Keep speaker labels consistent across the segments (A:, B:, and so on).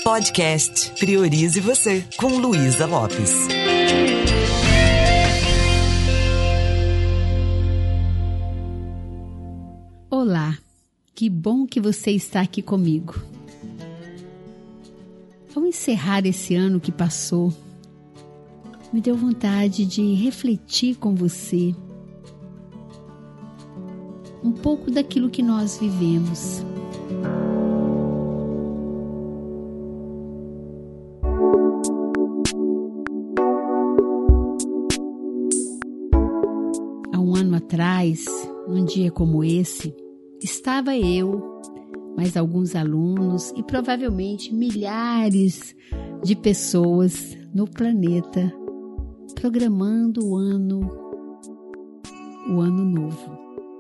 A: Podcast Priorize Você, com Luísa Lopes.
B: Olá, que bom que você está aqui comigo. Ao encerrar esse ano que passou, me deu vontade de refletir com você um pouco daquilo que nós vivemos. Há um ano atrás, num dia como esse, estava eu, mais alguns alunos e provavelmente milhares de pessoas no planeta programando o ano novo.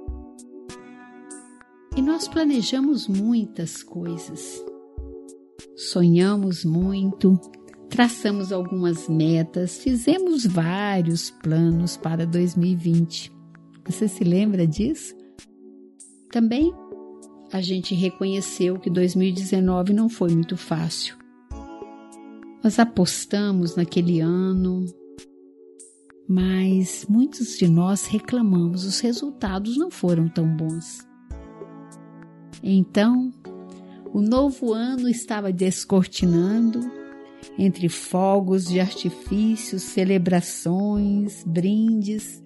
B: E nós planejamos muitas coisas, sonhamos muito, traçamos algumas metas, fizemos vários planos para 2020. Você se lembra disso? Também a gente reconheceu que 2019 não foi muito fácil. Nós apostamos naquele ano, mas muitos de nós reclamamos, os resultados não foram tão bons. Então, o novo ano estava descortinando, entre fogos de artifícios, celebrações, brindes,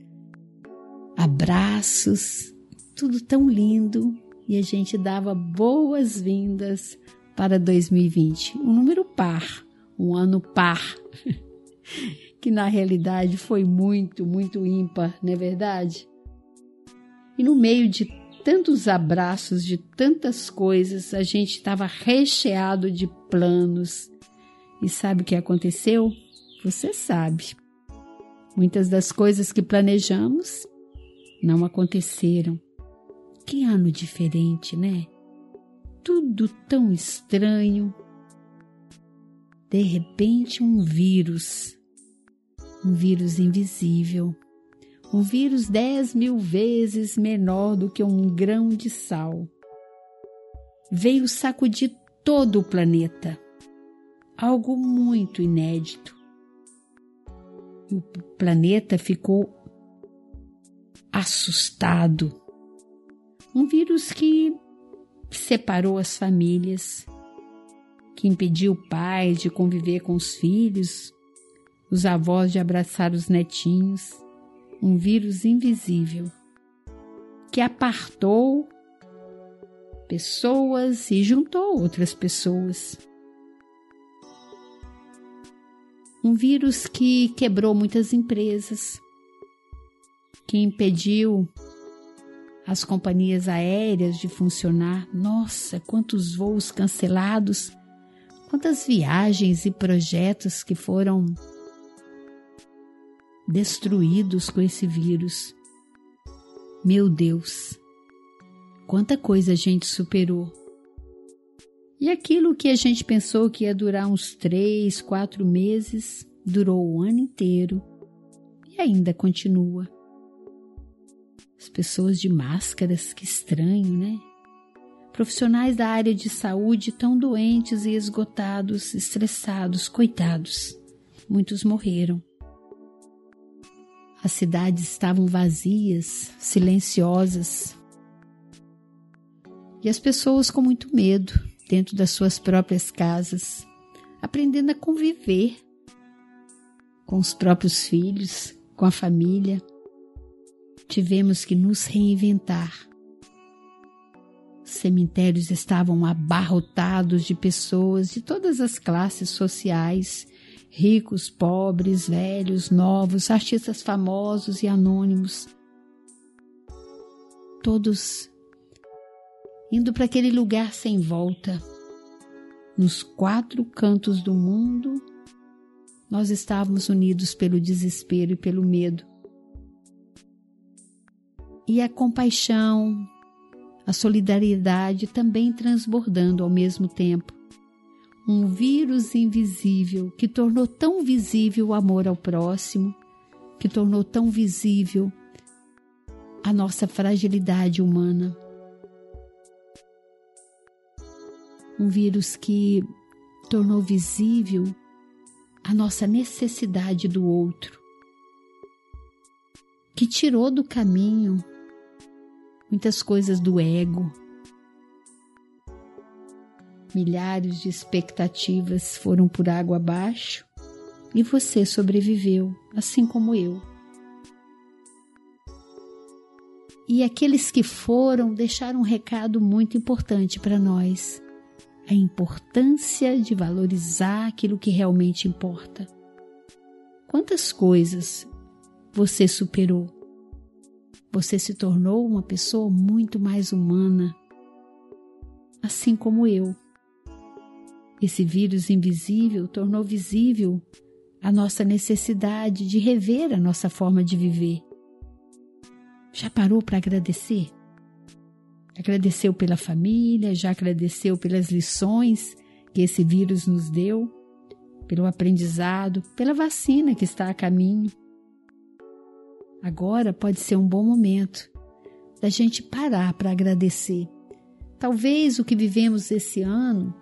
B: abraços, tudo tão lindo, e a gente dava boas-vindas para 2020. Um número par, um ano par, que na realidade foi muito, muito ímpar, não é verdade? E no meio de tantos abraços, de tantas coisas, a gente estava recheado de planos. E sabe o que aconteceu? Você sabe. Muitas das coisas que planejamos não aconteceram. Que ano diferente, né? Tudo tão estranho. De repente, um vírus invisível. Um vírus 10.000 vezes menor do que um grão de sal. Veio sacudir todo o planeta. Algo muito inédito. O planeta ficou assustado. Um vírus que separou as famílias, que impediu pais de conviver com os filhos, os avós de abraçar os netinhos. Um vírus invisível que apartou pessoas e juntou outras pessoas. Um vírus que quebrou muitas empresas, que impediu as companhias aéreas de funcionar. Nossa, quantos voos cancelados, quantas viagens e projetos que foram destruídos com esse vírus. Meu Deus, quanta coisa a gente superou. E aquilo que a gente pensou que ia durar uns 3, 4 meses, durou o ano inteiro e ainda continua. As pessoas de máscaras, que estranho, né? Profissionais da área de saúde tão doentes e esgotados, estressados, coitados. Muitos morreram. As cidades estavam vazias, silenciosas. E as pessoas com muito medo, dentro das suas próprias casas, aprendendo a conviver com os próprios filhos, com a família. Tivemos que nos reinventar. Os cemitérios estavam abarrotados de pessoas de todas as classes sociais, ricos, pobres, velhos, novos, artistas famosos e anônimos. Todos indo para aquele lugar sem volta. Nos 4 cantos do mundo, nós estávamos unidos pelo desespero e pelo medo. E a compaixão, a solidariedade também transbordando ao mesmo tempo. Um vírus invisível que tornou tão visível o amor ao próximo, que tornou tão visível a nossa fragilidade humana. Um vírus que tornou visível a nossa necessidade do outro, que tirou do caminho muitas coisas do ego. Milhares de expectativas foram por água abaixo e você sobreviveu, assim como eu. E aqueles que foram deixaram um recado muito importante para nós. A importância de valorizar aquilo que realmente importa. Quantas coisas você superou? Você se tornou uma pessoa muito mais humana, assim como eu. Esse vírus invisível tornou visível a nossa necessidade de rever a nossa forma de viver. Já parou para agradecer? Agradeceu pela família, já agradeceu pelas lições que esse vírus nos deu, pelo aprendizado, pela vacina que está a caminho. Agora pode ser um bom momento da gente parar para agradecer. Talvez o que vivemos esse ano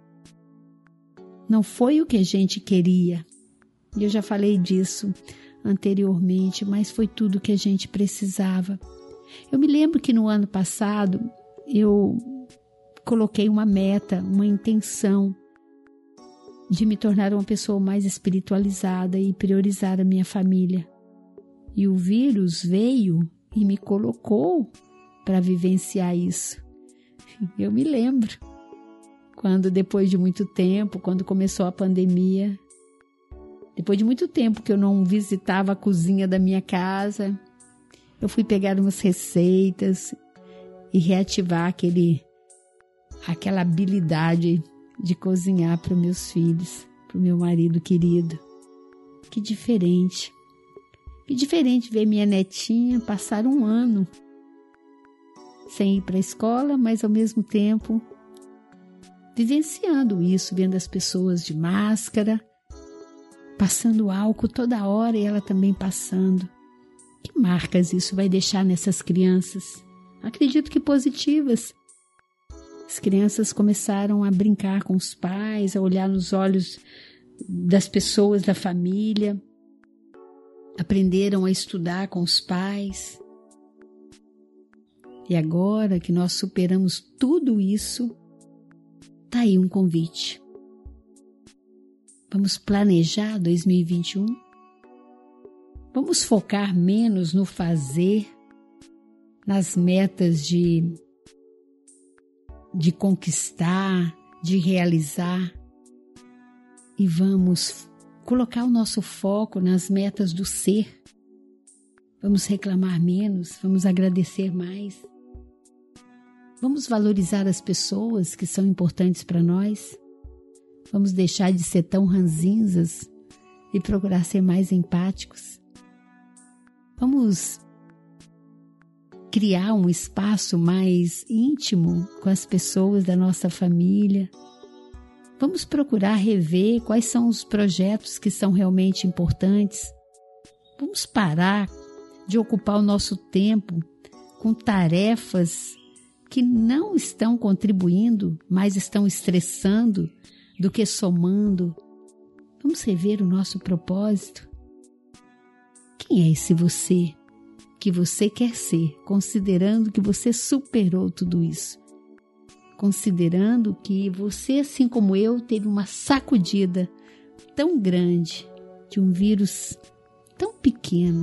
B: não foi o que a gente queria. E eu já falei disso anteriormente, mas foi tudo que a gente precisava. Eu me lembro que no ano passado eu coloquei uma meta, uma intenção de me tornar uma pessoa mais espiritualizada e priorizar a minha família. E o vírus veio e me colocou para vivenciar isso. Eu me lembro quando, depois de muito tempo, quando começou a pandemia, depois de muito tempo que eu não visitava a cozinha da minha casa, eu fui pegar umas receitas e reativar aquela habilidade de cozinhar para os meus filhos, para o meu marido querido. Que diferente. Que diferente ver minha netinha passar um ano sem ir para a escola, mas ao mesmo tempo vivenciando isso, vendo as pessoas de máscara, passando álcool toda hora e ela também passando. Que marcas isso vai deixar nessas crianças? Acredito que positivas. As crianças começaram a brincar com os pais, a olhar nos olhos das pessoas da família, aprenderam a estudar com os pais. E agora que nós superamos tudo isso, está aí um convite. Vamos planejar 2021? Vamos focar menos no fazer, nas metas de conquistar, de realizar, e vamos colocar o nosso foco nas metas do ser. Vamos reclamar menos, vamos agradecer mais. Vamos valorizar as pessoas que são importantes para nós. Vamos deixar de ser tão ranzinzas e procurar ser mais empáticos. Vamos criar um espaço mais íntimo com as pessoas da nossa família. Vamos procurar rever quais são os projetos que são realmente importantes. Vamos parar de ocupar o nosso tempo com tarefas que não estão contribuindo, mas estão estressando do que somando. Vamos rever o nosso propósito. Quem é esse você que você quer ser, considerando que você superou tudo isso? Considerando que você, assim como eu, teve uma sacudida tão grande de um vírus tão pequeno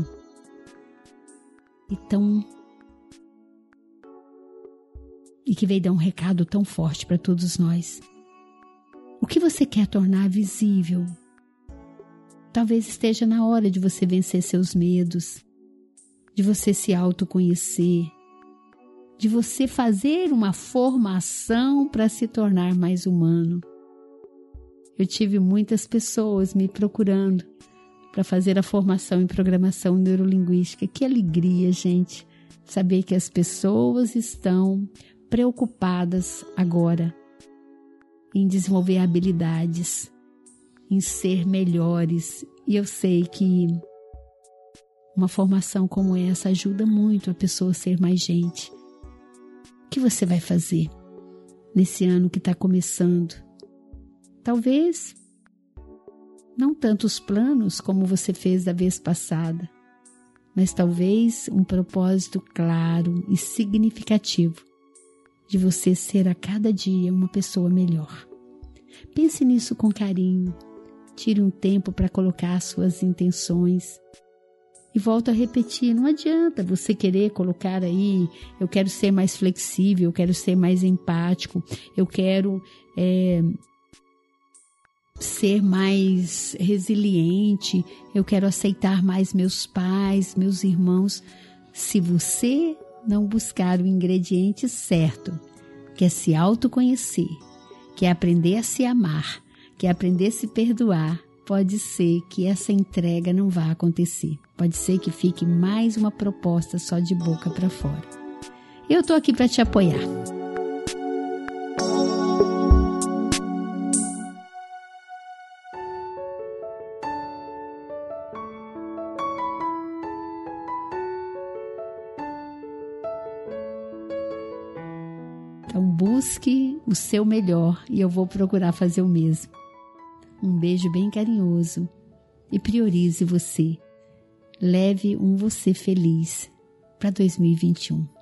B: e que veio dar um recado tão forte para todos nós. O que você quer tornar visível? Talvez esteja na hora de você vencer seus medos, de você se autoconhecer, de você fazer uma formação para se tornar mais humano. Eu tive muitas pessoas me procurando para fazer a formação em programação neurolinguística. Que alegria, gente, saber que as pessoas estão preocupadas agora em desenvolver habilidades, em ser melhores. E eu sei que uma formação como essa ajuda muito a pessoa a ser mais gente. O que você vai fazer nesse ano que está começando? Talvez não tantos planos como você fez da vez passada, mas talvez um propósito claro e significativo de você ser a cada dia uma pessoa melhor. Pense nisso com carinho, tire um tempo para colocar suas intenções. E volto a repetir, não adianta você querer colocar aí, eu quero ser mais flexível, eu quero ser mais empático, eu quero ser mais resiliente, eu quero aceitar mais meus pais, meus irmãos. Se você não buscar o ingrediente certo, que é se autoconhecer, que é aprender a se amar, que é aprender a se perdoar, pode ser que essa entrega não vá acontecer. Pode ser que fique mais uma proposta só de boca para fora. Eu estou aqui para te apoiar. Então busque o seu melhor e eu vou procurar fazer o mesmo. Um beijo bem carinhoso e priorize você. Leve um você feliz para 2021.